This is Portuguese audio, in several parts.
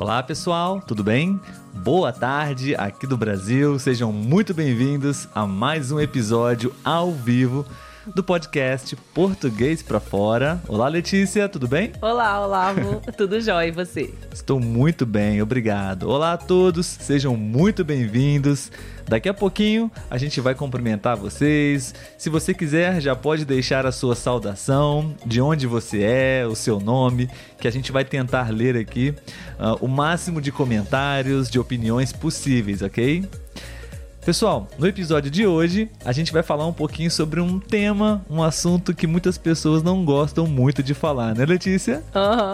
Olá pessoal, tudo bem? Boa tarde aqui do Brasil, sejam muito bem-vindos a mais um episódio ao vivo do podcast Português pra Fora. Olá Letícia, tudo bem? Olá, Olavo, tudo jóia e você? Estou muito bem, obrigado. Olá a todos, sejam muito bem-vindos. Daqui a pouquinho a gente vai cumprimentar vocês. Se você quiser, já pode deixar a sua saudação, de onde você é, o seu nome, que a gente vai tentar ler aqui o máximo de comentários, de opiniões possíveis, ok? Pessoal, no episódio de hoje, a gente vai falar um pouquinho sobre um tema, um assunto que muitas pessoas não gostam muito de falar, né, Letícia?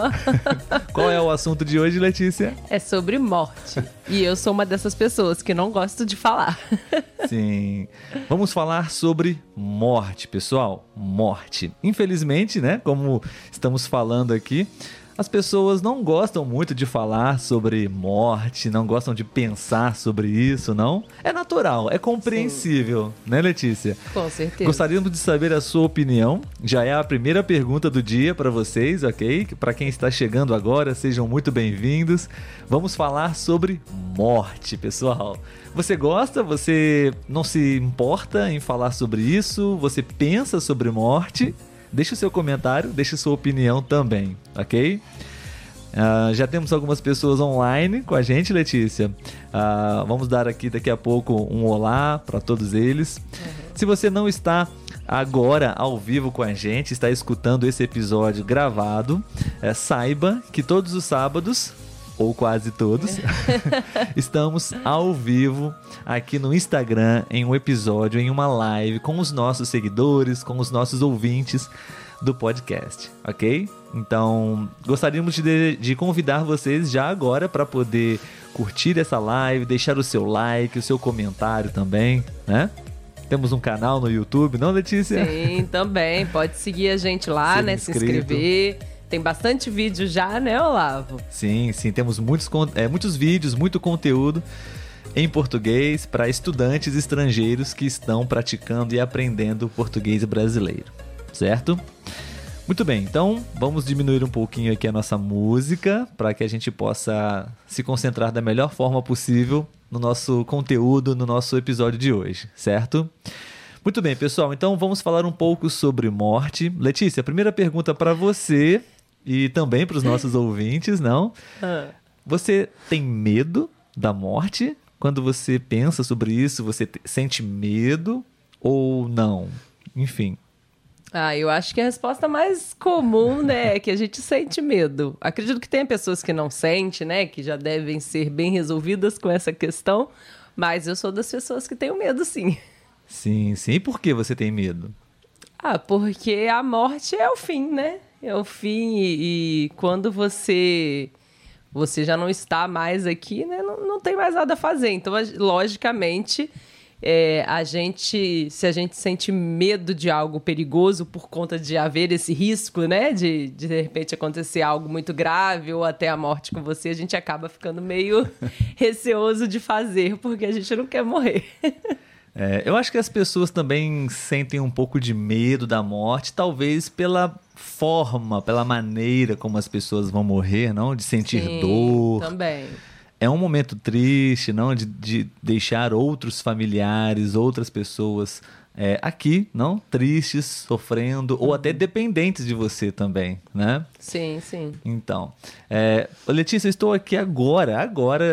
Qual é o assunto de hoje, Letícia? É sobre morte. E eu sou uma dessas pessoas que não gosto de falar. Sim. Vamos falar sobre morte, pessoal. Morte. Infelizmente, né, como estamos falando aqui, as pessoas não gostam muito de falar sobre morte, não gostam de pensar sobre isso, não? É natural, é compreensível, sim, né, Letícia? Com certeza. Gostaríamos de saber a sua opinião. Já é a primeira pergunta do dia para vocês, ok? Para quem está chegando agora, sejam muito bem-vindos. Vamos falar sobre morte, pessoal. Você gosta? Você não se importa em falar sobre isso? Você pensa sobre morte? Deixe o seu comentário, deixe sua opinião também, ok? Já temos algumas pessoas online com a gente, Letícia. Vamos dar aqui daqui a pouco um olá para todos eles. Se você não está agora ao vivo com a gente, está escutando esse episódio gravado, saiba que todos os sábados, ou quase todos, estamos ao vivo aqui no Instagram em um episódio, em uma live com os nossos seguidores, com os nossos ouvintes do podcast, ok? Então, gostaríamos de convidar vocês já agora para poder curtir essa live, deixar o seu like, o seu comentário também, né? Temos um canal no YouTube, não, Letícia? Sim, também. Pode seguir a gente lá, né? Se inscrever. Tem bastante vídeo já, né, Olavo? Sim, temos muitos vídeos, muito conteúdo em português para estudantes estrangeiros que estão praticando e aprendendo o português brasileiro, certo? Muito bem, então vamos diminuir um pouquinho aqui a nossa música para que a gente possa se concentrar da melhor forma possível no nosso conteúdo, no nosso episódio de hoje, certo? Muito bem, pessoal, então vamos falar um pouco sobre morte. Letícia, a primeira pergunta para você e também para os nossos ouvintes, não? Você tem medo da morte? Quando você pensa sobre isso, você sente medo ou não? Enfim. Eu acho que a resposta mais comum, né, é que a gente sente medo. Acredito que tem pessoas que não sentem, né, que já devem ser bem resolvidas com essa questão, mas eu sou das pessoas que tenho medo, sim. Sim. E por que você tem medo? Porque a morte é o fim, né? É o fim e quando você já não está mais aqui, né? Não tem mais nada a fazer. Então, logicamente, se a gente sente medo de algo perigoso por conta de haver esse risco, né? De repente acontecer algo muito grave ou até a morte com você, a gente acaba ficando meio receoso de fazer, porque a gente não quer morrer. Eu acho que as pessoas também sentem um pouco de medo da morte, talvez pela forma, pela maneira como as pessoas vão morrer, não? De sentir dor. Também. É um momento triste, não? De deixar outros familiares, outras pessoas aqui, não? Tristes, sofrendo, ou até dependentes de você também, né? Sim. Então, Letícia, eu estou aqui agora,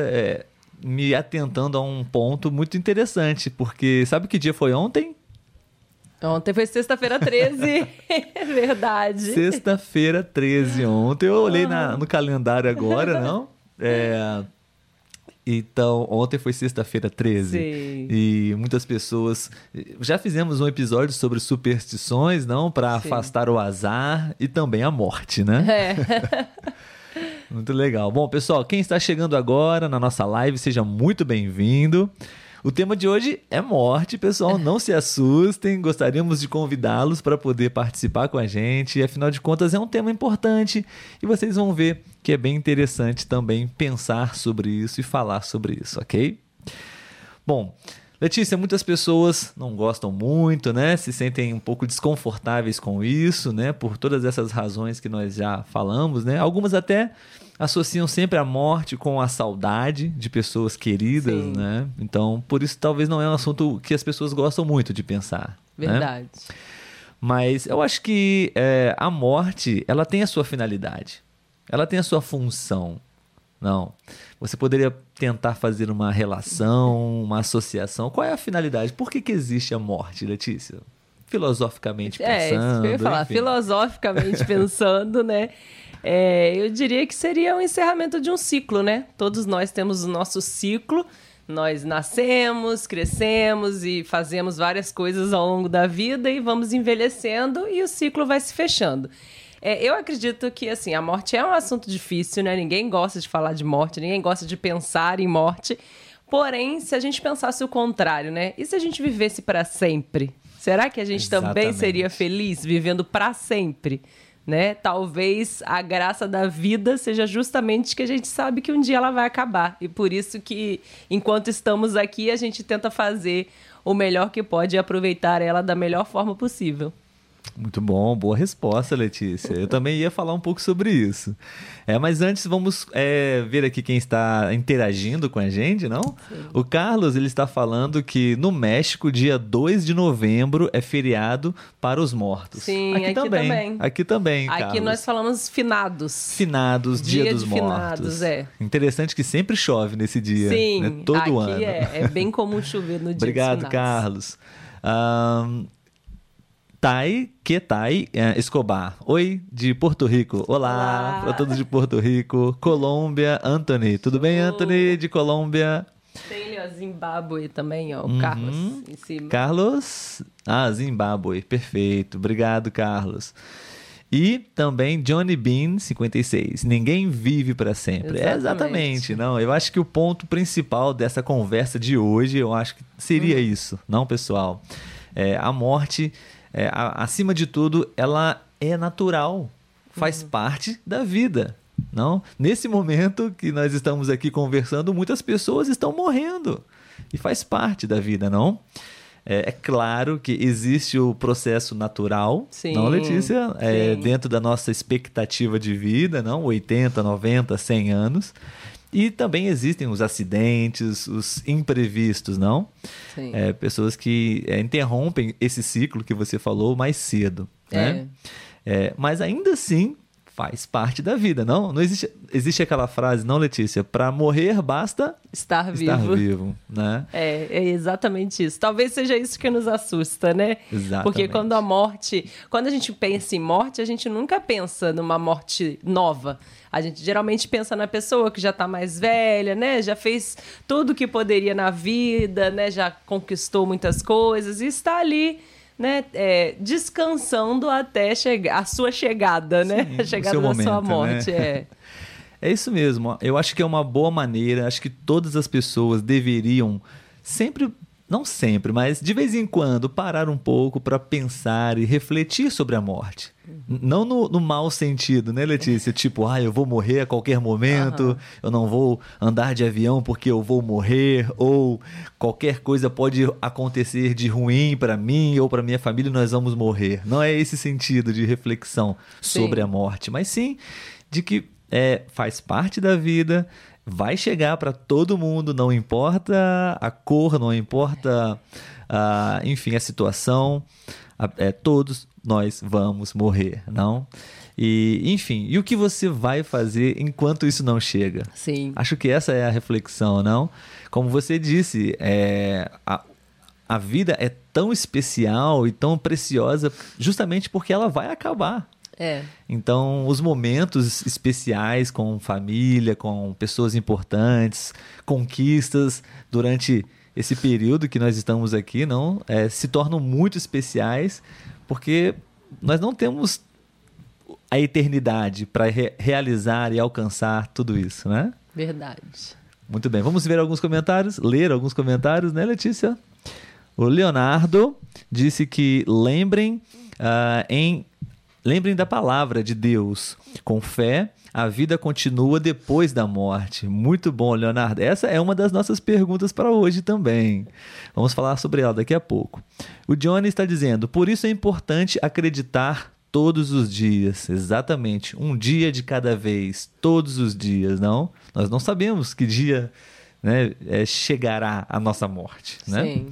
me atentando a um ponto muito interessante, porque sabe que dia foi ontem? Ontem foi sexta-feira 13, é verdade. Sexta-feira 13 ontem, eu olhei no calendário agora, não? Então, ontem foi sexta-feira 13. Sim. E muitas pessoas... Já fizemos um episódio sobre superstições, não? Para afastar o azar e também a morte, né? Muito legal. Bom, pessoal, quem está chegando agora na nossa live, seja muito bem-vindo. O tema de hoje é morte, pessoal, não se assustem, gostaríamos de convidá-los para poder participar com a gente, afinal de contas é um tema importante e vocês vão ver que é bem interessante também pensar sobre isso e falar sobre isso, ok? Bom, Letícia, muitas pessoas não gostam muito, né? Se sentem um pouco desconfortáveis com isso, né? Por todas essas razões que nós já falamos, né? Algumas até associam sempre a morte com a saudade de pessoas queridas, Sim. né? Então, por isso talvez não é um assunto que as pessoas gostam muito de pensar. Verdade. Né? Mas eu acho que a morte, ela tem a sua finalidade. Ela tem a sua função. Não. Você poderia tentar fazer uma relação, uma associação. Qual é a finalidade? Por que existe a morte, Letícia? Filosoficamente pensando. Isso que eu ia falar. Enfim. Filosoficamente pensando, né? Eu diria que seria o encerramento de um ciclo, né? Todos nós temos o nosso ciclo. Nós nascemos, crescemos e fazemos várias coisas ao longo da vida e vamos envelhecendo e o ciclo vai se fechando. Eu acredito que, assim, a morte é um assunto difícil, né? Ninguém gosta de falar de morte, ninguém gosta de pensar em morte. Porém, se a gente pensasse o contrário, né? E se a gente vivesse para sempre? Será que a gente também seria feliz vivendo para sempre? Né? Talvez a graça da vida seja justamente que a gente sabe que um dia ela vai acabar. E por isso que, enquanto estamos aqui, a gente tenta fazer o melhor que pode e aproveitar ela da melhor forma possível. Muito bom, boa resposta, Letícia. Eu também ia falar um pouco sobre isso. Mas antes vamos ver aqui quem está interagindo com a gente, não? Sim. O Carlos, ele está falando que no México, dia 2 de novembro é feriado para os mortos. Sim, aqui também. Aqui também, Carlos. Aqui nós falamos finados. Finados, dia dos mortos. Finados, Interessante que sempre chove nesse dia. Sim, né? Todo ano. Aqui é bem comum chover no dia Obrigado, dos finados. Carlos. Tai Escobar. Oi, de Porto Rico. Olá para todos de Porto Rico. Colômbia, Anthony. Tudo bem, Anthony, de Colômbia? Tem ali, ó, Zimbábue também, ó, o Carlos em cima. Carlos? Zimbábue. Perfeito. Obrigado, Carlos. E também Johnny Bean, 56. Ninguém vive para sempre. Exatamente. Não, eu acho que o ponto principal dessa conversa de hoje, eu acho que seria isso, não, pessoal? A morte... acima de tudo, ela é natural, faz parte da vida, não? Nesse momento que nós estamos aqui conversando, muitas pessoas estão morrendo e faz parte da vida, não? É claro que existe o processo natural, sim, não, Letícia? Sim. Dentro da nossa expectativa de vida, não? 80, 90, 100 anos. E também existem os acidentes, os imprevistos, não? Sim. Pessoas que interrompem esse ciclo que você falou mais cedo, né? Mas ainda assim faz parte da vida, não? Não existe aquela frase, não, Letícia? Para morrer basta estar vivo, né? É exatamente isso. Talvez seja isso que nos assusta, né? Exatamente. Porque quando a gente pensa em morte, a gente nunca pensa numa morte nova. A gente geralmente pensa na pessoa que já está mais velha, né? Já fez tudo o que poderia na vida, né? Já conquistou muitas coisas e está ali, né? Descansando até a sua chegada, né? Sim, a chegada da sua morte, né? É isso mesmo. Eu acho que é uma boa maneira. Acho que todas as pessoas deveriam sempre, não sempre, mas de vez em quando, parar um pouco para pensar e refletir sobre a morte. Não no mau sentido, né, Letícia? Tipo, eu vou morrer a qualquer momento, eu não vou andar de avião porque eu vou morrer, ou qualquer coisa pode acontecer de ruim para mim ou para minha família e nós vamos morrer. Não é esse sentido de reflexão sobre a morte, mas sim de que faz parte da vida, vai chegar para todo mundo, não importa a cor, não importa, enfim, a situação, todos nós vamos morrer, não? E, enfim, e o que você vai fazer enquanto isso não chega? Sim. Acho que essa é a reflexão, não? Como você disse, a vida é tão especial e tão preciosa justamente porque ela vai acabar. Então, os momentos especiais com família, com pessoas importantes, conquistas durante esse período que nós estamos aqui, não, se tornam muito especiais porque nós não temos a eternidade para realizar e alcançar tudo isso, né? Verdade. Muito bem, vamos ver alguns comentários, ler alguns comentários, né, Letícia? O Leonardo disse que lembrem lembrem da palavra de Deus. Com fé, a vida continua depois da morte. Muito bom, Leonardo. Essa é uma das nossas perguntas para hoje também. Vamos falar sobre ela daqui a pouco. O Johnny está dizendo, por isso é importante acreditar todos os dias. Exatamente. Um dia de cada vez. Todos os dias, não? Nós não sabemos que dia, né, chegará a nossa morte, né? Sim.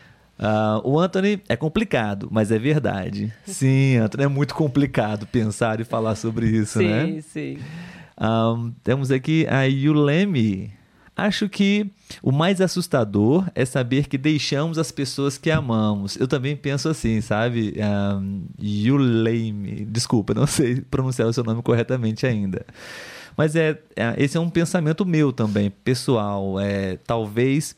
O Anthony, é complicado, mas é verdade. Sim, Anthony, é muito complicado pensar e falar sobre isso, sim, né? Sim. Temos aqui a Yulemi. Acho que o mais assustador é saber que deixamos as pessoas que amamos. Eu também penso assim, sabe? Yulemi. Desculpa, não sei pronunciar o seu nome corretamente ainda. Mas esse é um pensamento meu também, pessoal. Talvez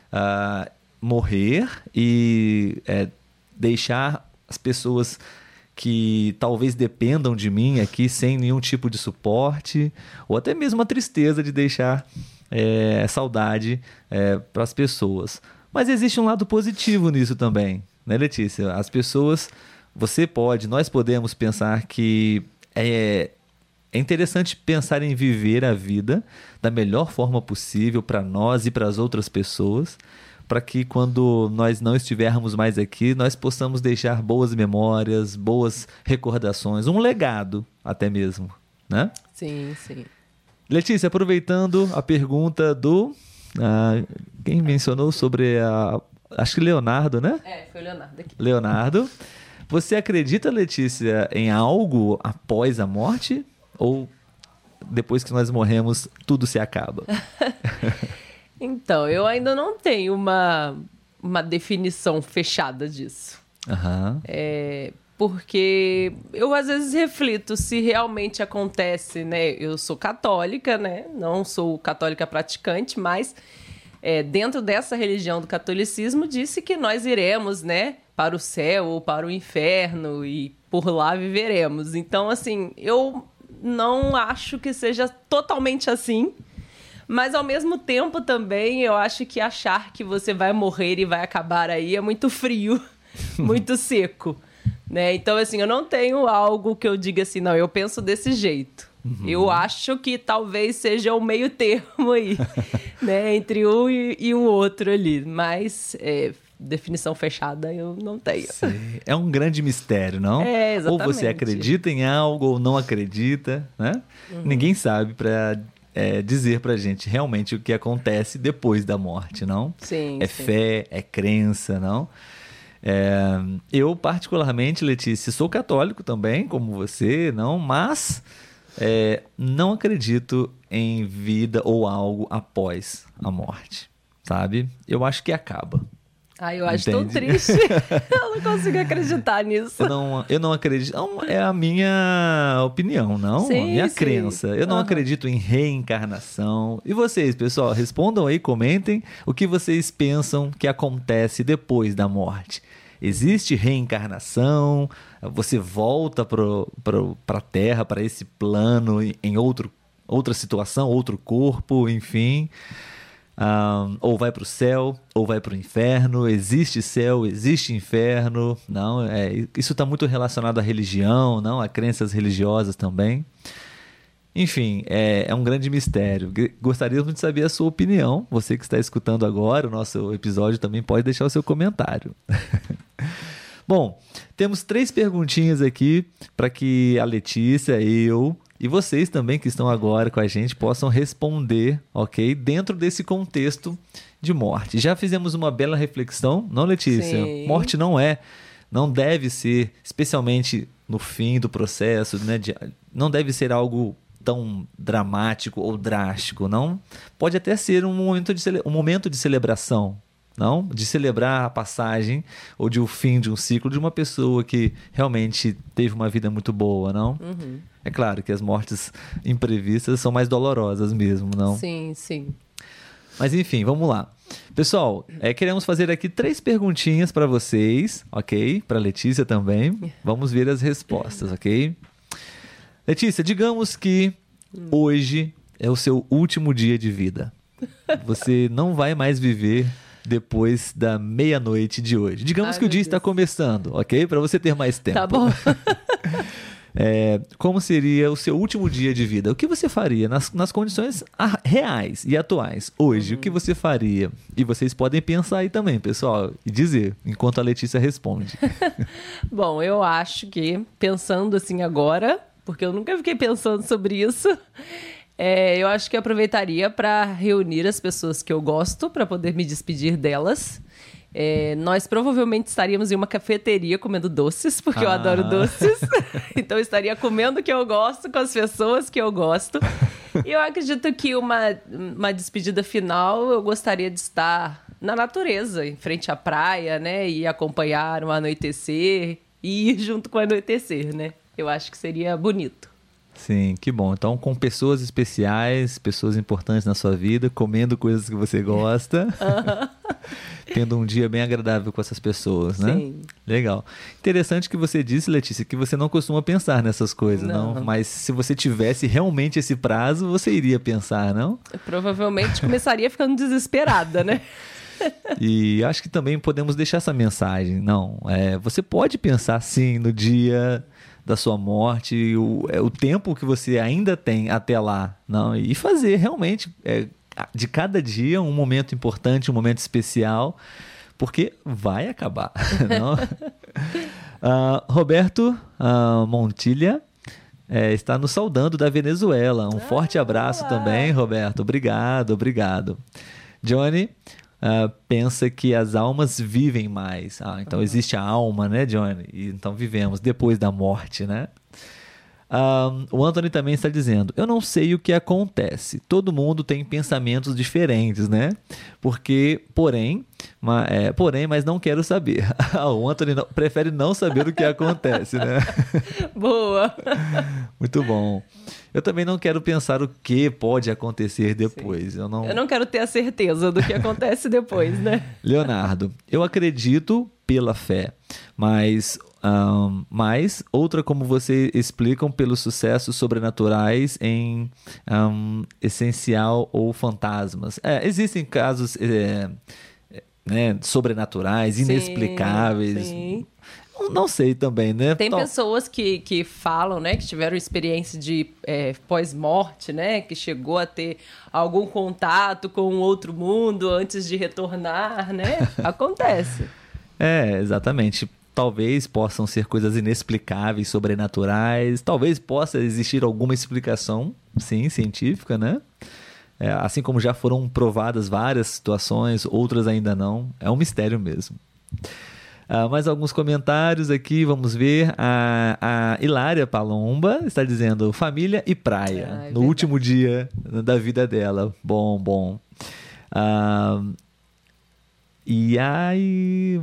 morrer e deixar as pessoas que talvez dependam de mim aqui sem nenhum tipo de suporte, ou até mesmo a tristeza de deixar saudade para as pessoas. Mas existe um lado positivo nisso também, né, Letícia? As pessoas, nós podemos pensar que é interessante pensar em viver a vida da melhor forma possível para nós e para as outras pessoas, para que quando nós não estivermos mais aqui, nós possamos deixar boas memórias, boas recordações, um legado até mesmo, né? Sim, sim. Letícia, aproveitando a pergunta do... quem mencionou sobre acho que Leonardo, né? Foi o Leonardo aqui. Leonardo. Você acredita, Letícia, em algo após a morte? Ou depois que nós morremos, tudo se acaba? Então, eu ainda não tenho uma definição fechada disso. Aham. Porque eu às vezes reflito se realmente acontece, né? Eu sou católica, né? Não sou católica praticante, mas dentro dessa religião do catolicismo disse que nós iremos, né? Para o céu ou para o inferno e por lá viveremos. Então, assim, eu não acho que seja totalmente assim. Mas, ao mesmo tempo, também, eu acho que achar que você vai morrer e vai acabar aí é muito frio, muito seco, né? Então, assim, eu não tenho algo que eu diga assim, não, eu penso desse jeito. Uhum. Eu acho que talvez seja o meio termo aí, né? Entre um e o outro ali. Mas, definição fechada eu não tenho. Sim. É um grande mistério, não? Exatamente. Ou você acredita em algo ou não acredita, né? Uhum. Ninguém sabe para... dizer pra gente realmente o que acontece depois da morte, não? Sim, sim. Fé, é crença, não? Eu, particularmente, Letícia, sou católico também, como você, não? Mas não acredito em vida ou algo após a morte, sabe? Eu acho que acaba. Eu acho tão triste. Eu não consigo acreditar nisso. Eu não acredito. É a minha opinião, não? Sim, a minha sim. crença. Eu não acredito em reencarnação. E vocês, pessoal, respondam aí, comentem o que vocês pensam que acontece depois da morte. Existe reencarnação? Você volta para a Terra, para esse plano, em outra situação, outro corpo, enfim... ou vai para o céu, ou vai para o inferno. Existe céu, existe inferno, não? Isso está muito relacionado à religião, não? A crenças religiosas também. Enfim, é um grande mistério. Gostaríamos de saber a sua opinião. Você que está escutando agora o nosso episódio também pode deixar o seu comentário. Bom, temos 3 perguntinhas aqui para que a Letícia, eu... e vocês também que estão agora com a gente possam responder, ok? Dentro desse contexto de morte. Já fizemos uma bela reflexão, não, Letícia? Sim. Morte não deve ser, especialmente no fim do processo, né? Não deve ser algo tão dramático ou drástico, não? Pode até ser um momento de celebração, não? De celebrar a passagem ou o fim de um ciclo de uma pessoa que realmente teve uma vida muito boa, não? Uhum. É claro que as mortes imprevistas são mais dolorosas mesmo, não? Sim, sim. Mas enfim, vamos lá. Pessoal, queremos fazer aqui 3 perguntinhas para vocês, ok? Para Letícia também. Vamos ver as respostas, ok? Letícia, digamos que hoje é o seu último dia de vida. Você não vai mais viver depois da meia-noite de hoje. Digamos que o dia está começando, ok? Para você ter mais tempo. Tá bom. Como seria o seu último dia de vida? O que você faria nas condições reais e atuais? Hoje, o que você faria? E vocês podem pensar aí também, pessoal, e dizer, enquanto a Letícia responde. Bom, eu acho que, pensando assim agora, porque eu nunca fiquei pensando sobre isso, eu acho que eu aproveitaria para reunir as pessoas que eu gosto, para poder me despedir delas. Nós provavelmente estaríamos em uma cafeteria comendo doces, porque eu adoro doces. Então eu estaria comendo o que eu gosto com as pessoas que eu gosto. E eu acredito que uma despedida final eu gostaria de estar na natureza, em frente à praia, né? E acompanhar o anoitecer e ir junto com o anoitecer, né? Eu acho que seria bonito. Sim, que bom. Então, com pessoas especiais, pessoas importantes na sua vida, comendo coisas que você gosta, tendo um dia bem agradável com essas pessoas, né? Sim. Legal. Interessante que você disse, Letícia, que você não costuma pensar nessas coisas, não? Mas se você tivesse realmente esse prazo, você iria pensar, não? Eu provavelmente começaria ficando desesperada, né? E acho que também podemos deixar essa mensagem. Não, você pode pensar, sim, no dia da sua morte, o tempo que você ainda tem até lá, não? E fazer realmente de cada dia um momento importante, um momento especial, porque vai acabar, não? Roberto Montilha está nos saudando da Venezuela. Um forte abraço também, Roberto. Obrigado. Johnny pensa que as almas vivem mais. Então existe a alma, né, Johnny? E então vivemos depois da morte, né? O Anthony também está dizendo: eu não sei o que acontece. Todo mundo tem pensamentos diferentes, né? Porém, mas não quero saber. O Anthony prefere não saber o que acontece, né? Boa! Muito bom. Eu também não quero pensar o que pode acontecer depois. Eu não quero ter a certeza do que acontece depois, né? Leonardo, eu acredito pela fé, mas outra como você explicam pelos sucessos sobrenaturais em Essencial ou Fantasmas. Existem casos sobrenaturais, inexplicáveis. Sim. Não sei também, né? Tem pessoas que falam, né, que tiveram experiência de pós-morte, né, que chegou a ter algum contato com um outro mundo antes de retornar, né? Acontece. Exatamente. Talvez possam ser coisas inexplicáveis, sobrenaturais. Talvez possa existir alguma explicação, sim, científica, né? Assim como já foram provadas várias situações, outras ainda não. É um mistério mesmo. Mais alguns comentários aqui, vamos ver. A Hilária Palomba está dizendo família e praia, no último dia da vida dela. Bom. E aí,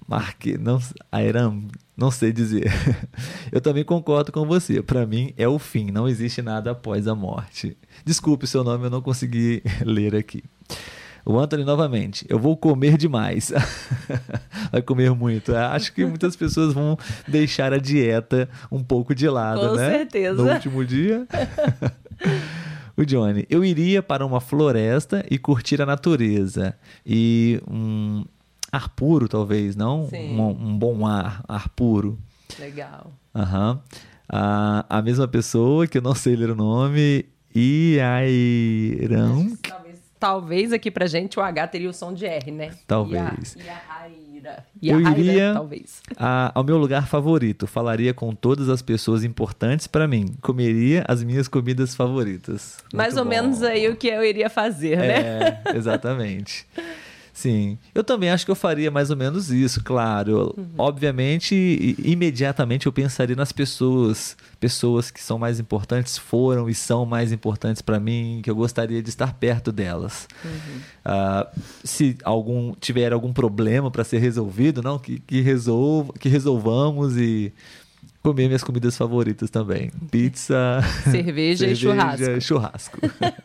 não sei dizer. Eu também concordo com você. Para mim é o fim, não existe nada após a morte. Desculpe o seu nome, eu não consegui ler aqui. O Anthony novamente: eu vou comer demais. Vai comer muito. Acho que muitas pessoas vão deixar a dieta um pouco de lado, com né? Com certeza. No último dia. O Johnny: eu iria para uma floresta e curtir a natureza. E ar puro, talvez, não? Sim. Um bom ar puro. Legal. A mesma pessoa, que eu não sei ler o nome, Iairam. Talvez aqui pra gente o H teria o som de R, né? Talvez. Eu iria talvez. Ao meu lugar favorito. Falaria com todas as pessoas importantes pra mim. Comeria as minhas comidas favoritas. Mais ou menos aí o que eu iria fazer, né? Exatamente. Sim, eu também acho que eu faria mais ou menos isso, claro. Obviamente, imediatamente eu pensaria nas pessoas que são mais importantes, foram e são mais importantes para mim, que eu gostaria de estar perto delas. Se tiver algum problema para ser resolvido, não, que resolvamos e comer minhas comidas favoritas também. Pizza, cerveja e churrasco.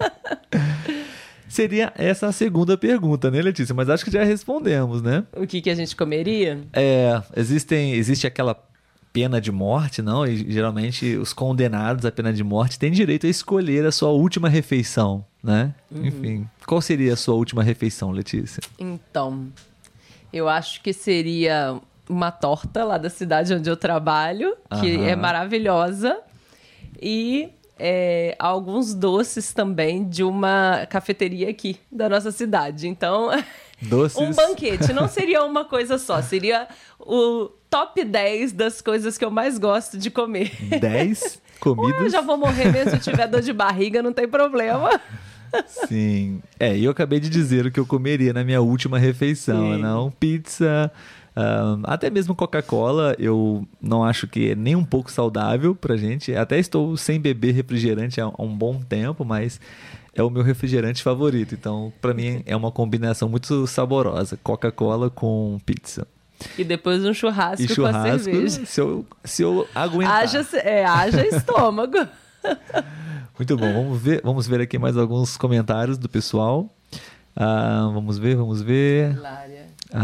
Seria essa a segunda pergunta, né, Letícia? Mas acho que já respondemos, né? O que a gente comeria? Existe aquela pena de morte, não? E geralmente os condenados à pena de morte têm direito a escolher a sua última refeição, né? Enfim, qual seria a sua última refeição, Letícia? Então, eu acho que seria uma torta lá da cidade onde eu trabalho, que é maravilhosa. E alguns doces também de uma cafeteria aqui da nossa cidade. Então, doces. Um banquete não seria uma coisa só, seria o top 10 das coisas que eu mais gosto de comer. 10 comidas? Eu já vou morrer mesmo se eu tiver dor de barriga, não tem problema. Sim. E eu acabei de dizer o que eu comeria na minha última refeição, Sim. não? Pizza, até mesmo Coca-Cola, eu não acho que é nem um pouco saudável pra gente. Até estou sem beber refrigerante há um bom tempo, mas é o meu refrigerante favorito. Então, pra mim, é uma combinação muito saborosa. Coca-Cola com pizza. E depois um churrasco, com a cerveja. Se eu aguentar. Haja estômago. Muito bom, vamos ver aqui mais alguns comentários do pessoal. Vamos ver. Lária.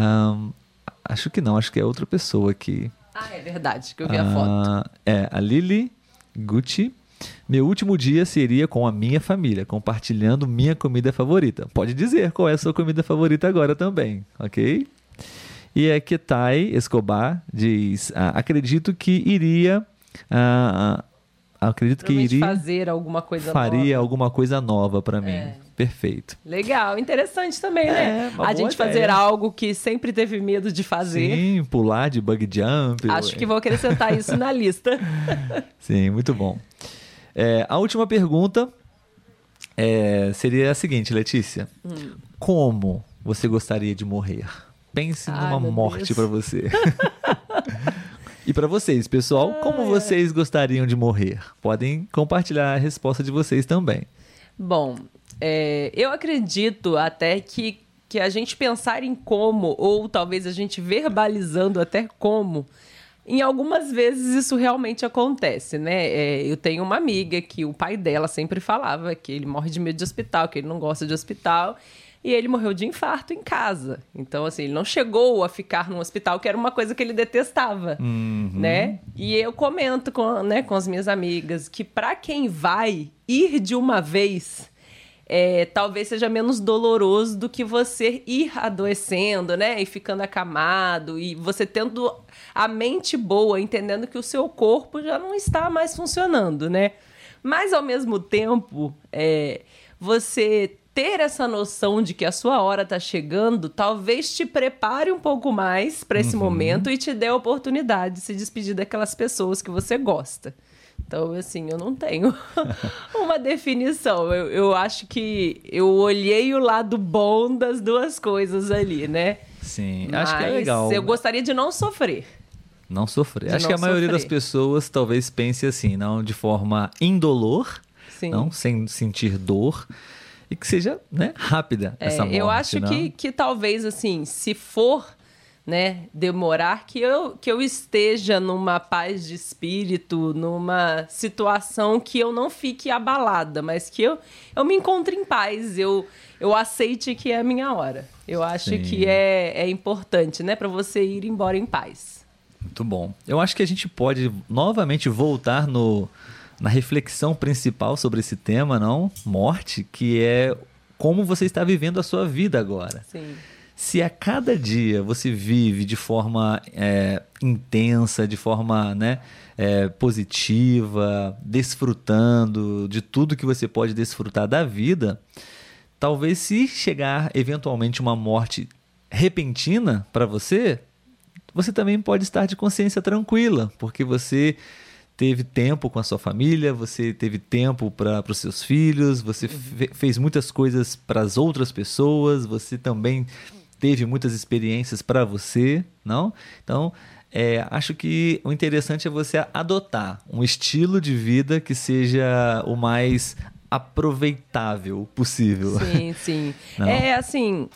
Acho que não, acho que é outra pessoa aqui. É verdade, que eu vi a foto. A Lili Gucci. Meu último dia seria com a minha família, compartilhando minha comida favorita. Pode dizer qual é a sua comida favorita agora também, ok? E a Ketai Escobar diz, acredito que iria... acredito que iria fazer alguma coisa faria nova. alguma coisa nova pra mim. Perfeito. Legal, interessante também, né? A gente fazer algo que sempre teve medo de fazer. Sim, pular de bug jump. Acho que vou acrescentar isso na lista. Sim, muito bom. A última pergunta seria a seguinte, Letícia. Como você gostaria de morrer? Pense numa morte pra você. E para vocês, pessoal, como vocês gostariam de morrer? Podem compartilhar a resposta de vocês também. Bom, eu acredito até que a gente pensar em como, ou talvez a gente verbalizando até como, em algumas vezes isso realmente acontece, né? Eu tenho uma amiga que o pai dela sempre falava que ele morre de medo de hospital, que ele não gosta de hospital. E ele morreu de infarto em casa. Então, assim, ele não chegou a ficar num hospital, que era uma coisa que ele detestava, né? E eu comento com as minhas amigas que para quem vai ir de uma vez, talvez seja menos doloroso do que você ir adoecendo, né? E ficando acamado, e você tendo a mente boa, entendendo que o seu corpo já não está mais funcionando, né? Mas, ao mesmo tempo, você ter essa noção de que a sua hora está chegando, talvez te prepare um pouco mais para esse momento e te dê a oportunidade de se despedir daquelas pessoas que você gosta. Então, assim, eu não tenho uma definição. Eu acho que eu olhei o lado bom das duas coisas ali, né? Sim, mas acho que é legal. Eu gostaria de não sofrer. Não sofrer. Acho que a maioria das pessoas talvez pense assim, não de forma indolor, não sem sentir dor. E que seja, né, rápida essa morte. Eu acho que talvez, assim, se for, né, demorar, que eu esteja numa paz de espírito, numa situação que eu não fique abalada, mas que eu me encontre em paz, eu aceite que é a minha hora. Eu acho que é importante, né, para você ir embora em paz. Muito bom. Eu acho que a gente pode novamente voltar na reflexão principal sobre esse tema, não? Morte, que é como você está vivendo a sua vida agora. Sim. Se a cada dia você vive de forma intensa, de forma positiva, desfrutando de tudo que você pode desfrutar da vida, talvez se chegar eventualmente uma morte repentina para você, você também pode estar de consciência tranquila, porque você teve tempo com a sua família, você teve tempo para os seus filhos, você fez muitas coisas para as outras pessoas, você também teve muitas experiências para você, não? Então, acho que o interessante é você adotar um estilo de vida que seja o mais aproveitável possível. Sim. Assim,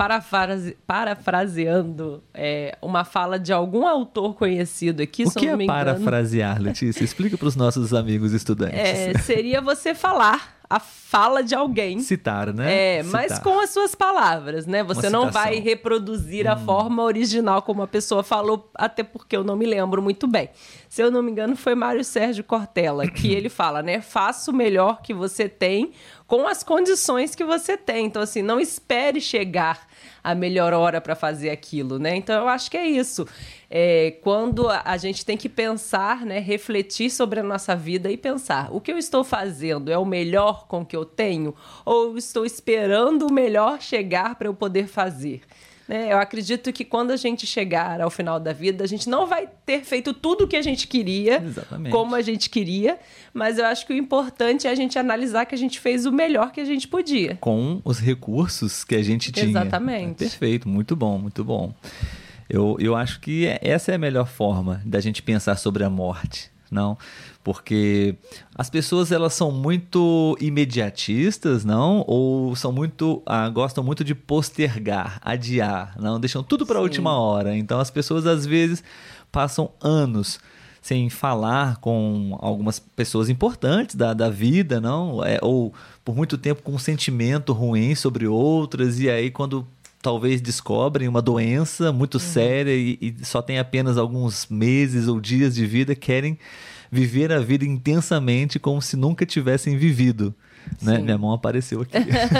parafraseando uma fala de algum autor conhecido aqui, o que é parafrasear, Letícia? Explica para os nossos amigos estudantes. Seria você falar a fala de alguém. Citar, né? Mas com as suas palavras, né? Você não vai reproduzir a forma original como a pessoa falou, até porque eu não me lembro muito bem. Se eu não me engano, foi Mário Sérgio Cortella, que ele fala, né? Faça o melhor que você tem com as condições que você tem. Então, assim, não espere chegar a melhor hora para fazer aquilo, né? Então, eu acho que é isso. quando a gente tem que pensar, né, refletir sobre a nossa vida e pensar, o que eu estou fazendo é o melhor com o que eu tenho? Ou eu estou esperando o melhor chegar para eu poder fazer? Né? Eu acredito que quando a gente chegar ao final da vida, a gente não vai ter feito tudo o que a gente queria, Exatamente. como a gente queria, mas eu acho que o importante é a gente analisar que a gente fez o melhor que a gente podia. Com os recursos que a gente tinha. Exatamente. Perfeito, muito bom, muito bom. Eu acho que essa é a melhor forma da gente pensar sobre a morte, não? Porque as pessoas, elas são muito imediatistas, não? Ou são muito, gostam muito de postergar, adiar, não? Deixam tudo para a última hora. Então, as pessoas, às vezes, passam anos sem falar com algumas pessoas importantes da vida, não? Ou por muito tempo com um sentimento ruim sobre outras, e aí quando talvez descobrem uma doença muito séria e só tem apenas alguns meses ou dias de vida, querem viver a vida intensamente como se nunca tivessem vivido. Né? Minha mão apareceu aqui.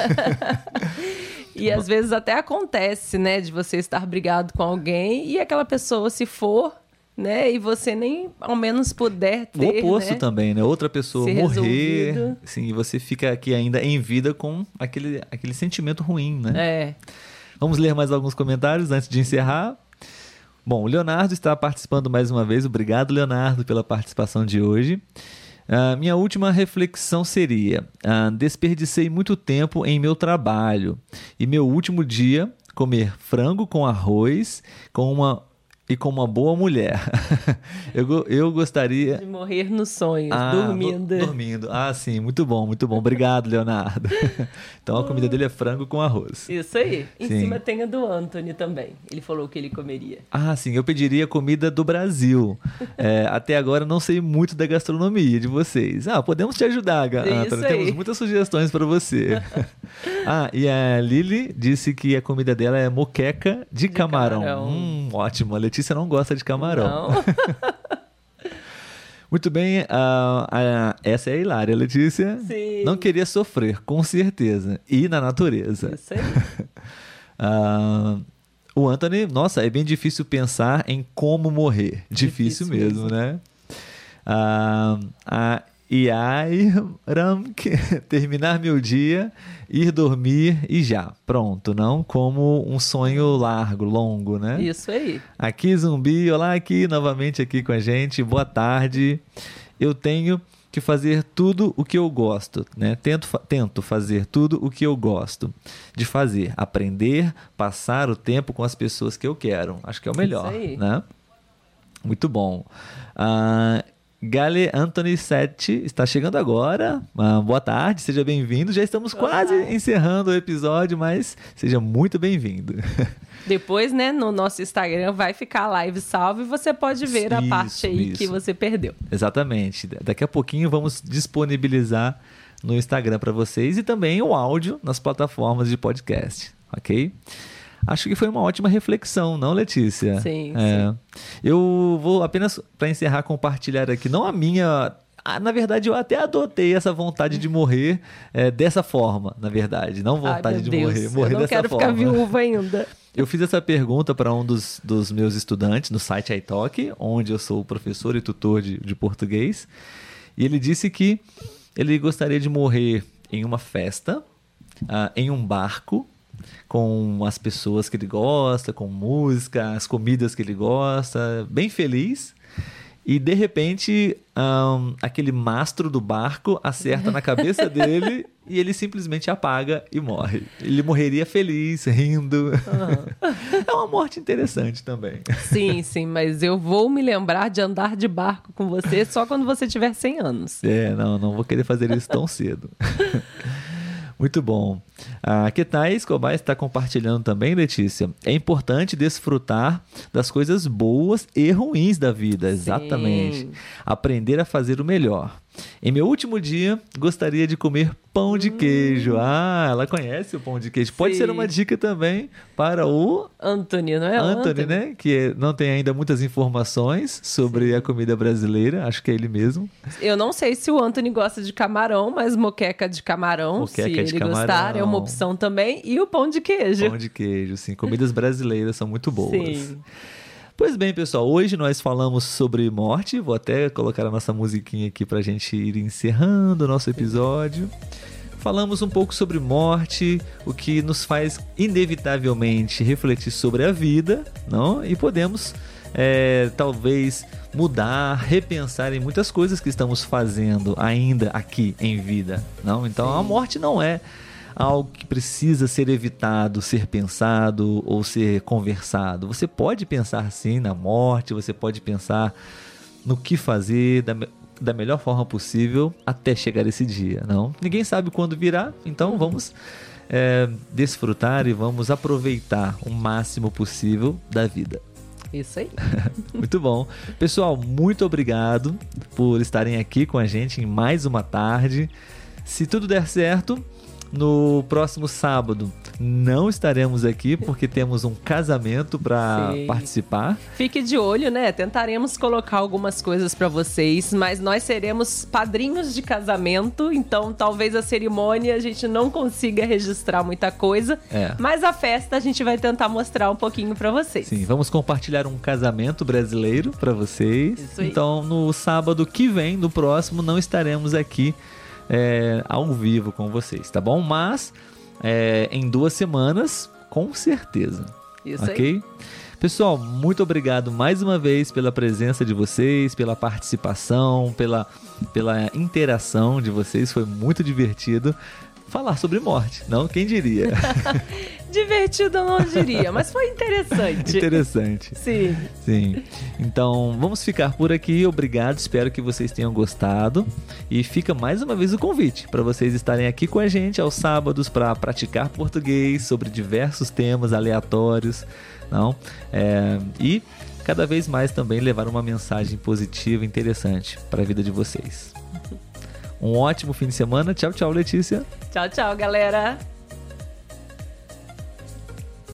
E às vezes até acontece, né, de você estar brigado com alguém e aquela pessoa se for, né, e você nem ao menos puder ter, o oposto, né, também, né? Outra pessoa morrer, resolvido. Sim, e você fica aqui ainda em vida com aquele sentimento ruim, né? Vamos ler mais alguns comentários antes de encerrar. Bom, o Leonardo está participando mais uma vez. Obrigado, Leonardo, pela participação de hoje. Minha última reflexão seria: desperdicei muito tempo em meu trabalho e meu último dia comer frango com arroz com uma boa mulher. Eu gostaria... De morrer nos sonhos, dormindo. Dormindo. Sim, muito bom, muito bom. Obrigado, Leonardo. Então, a comida dele é frango com arroz. Isso aí. Em Sim. cima tem a do Anthony também. Ele falou que ele comeria. Sim, eu pediria comida do Brasil. Até agora não sei muito da gastronomia de vocês. Podemos te ajudar, Anthony. Temos muitas sugestões para você. E a Lili disse que a comida dela é moqueca de camarão. Ótimo. A Letícia não gosta de camarão. Não. Muito bem. Essa é a Hilária, Letícia. Sim. Não queria sofrer, com certeza. E na natureza. Isso aí. O Anthony, nossa, é bem difícil pensar em como morrer. Difícil mesmo, né? Terminar meu dia, ir dormir e já. Pronto, não como um sonho largo, longo, né? Isso aí. Aqui, Zumbi. Olá, aqui, novamente aqui com a gente. Boa tarde. Eu tenho que fazer tudo o que eu gosto, né? Tento fazer tudo o que eu gosto de fazer. Aprender, passar o tempo com as pessoas que eu quero. Acho que é o melhor, isso aí. Né? Muito bom. Gale Anthony 7 está chegando agora. Boa tarde, seja bem-vindo. Já estamos quase encerrando o episódio, mas seja muito bem-vindo. Depois, né, no nosso Instagram vai ficar a live salva e você pode ver a parte aí que você perdeu. Exatamente. Daqui a pouquinho vamos disponibilizar no Instagram para vocês e também o áudio nas plataformas de podcast, ok? Acho que foi uma ótima reflexão, não, Letícia? Sim. Eu vou apenas, para encerrar, compartilhar aqui, não a minha... na verdade, eu até adotei essa vontade de morrer dessa forma, na verdade. Não vontade de morrer dessa forma. Eu não quero ficar viúva ainda. Eu fiz essa pergunta para um dos meus estudantes no site iTalk, onde eu sou professor e tutor de português. E ele disse que ele gostaria de morrer em uma festa, em um barco, com as pessoas que ele gosta, com música, as comidas que ele gosta, bem feliz. E, de repente, aquele mastro do barco acerta na cabeça dele e ele simplesmente apaga e morre. Ele morreria feliz, rindo. É uma morte interessante também. Sim, mas eu vou me lembrar de andar de barco com você só quando você tiver 100 anos. Não vou querer fazer isso tão cedo. Muito bom. A Ketai Escobar está compartilhando também, Letícia. É importante desfrutar das coisas boas e ruins da vida. Exatamente. Sim. Aprender a fazer o melhor. Em meu último dia, gostaria de comer pão de queijo. Ela conhece o pão de queijo. Pode ser uma dica também para o... Anthony, não é? Anthony, né? Que não tem ainda muitas informações sobre a comida brasileira. Acho que é ele mesmo. Eu não sei se o Anthony gosta de camarão, mas moqueca de camarão, se ele gostar, é uma opção também. E o pão de queijo. Pão de queijo, sim. Comidas brasileiras são muito boas. Sim. Pois bem, pessoal, hoje nós falamos sobre morte. Vou até colocar a nossa musiquinha aqui pra gente ir encerrando o nosso episódio. Falamos um pouco sobre morte, o que nos faz inevitavelmente refletir sobre a vida, não? E podemos talvez mudar, repensar em muitas coisas que estamos fazendo ainda aqui em vida, não? Então a morte não é algo que precisa ser evitado, ser pensado ou ser conversado. Você pode pensar sim na morte, você pode pensar no que fazer da melhor forma possível até chegar esse dia, não? Ninguém sabe quando virá, então vamos desfrutar e vamos aproveitar o máximo possível da vida. Isso aí. Muito bom. Pessoal, muito obrigado por estarem aqui com a gente em mais uma tarde. Se tudo der certo, no próximo sábado não estaremos aqui porque temos um casamento para participar. Fique de olho, né? Tentaremos colocar algumas coisas para vocês, mas nós seremos padrinhos de casamento, então talvez a cerimônia a gente não consiga registrar muita coisa, mas a festa a gente vai tentar mostrar um pouquinho para vocês. Sim, vamos compartilhar um casamento brasileiro para vocês. Isso aí. Então no sábado que vem, no próximo, não estaremos aqui ao vivo com vocês, tá bom? Mas em 2 semanas, com certeza. Isso ok? aí. Pessoal, muito obrigado mais uma vez pela presença de vocês, pela participação, pela interação de vocês. Foi muito divertido falar sobre morte, não? Quem diria? Divertido eu não diria, mas foi interessante. Interessante. Sim. Sim. Então, vamos ficar por aqui. Obrigado, espero que vocês tenham gostado. E fica mais uma vez o convite para vocês estarem aqui com a gente aos sábados para praticar português sobre diversos temas aleatórios, não? E cada vez mais também levar uma mensagem positiva e interessante para a vida de vocês. Um ótimo fim de semana. Tchau, tchau, Letícia. Tchau, tchau, galera.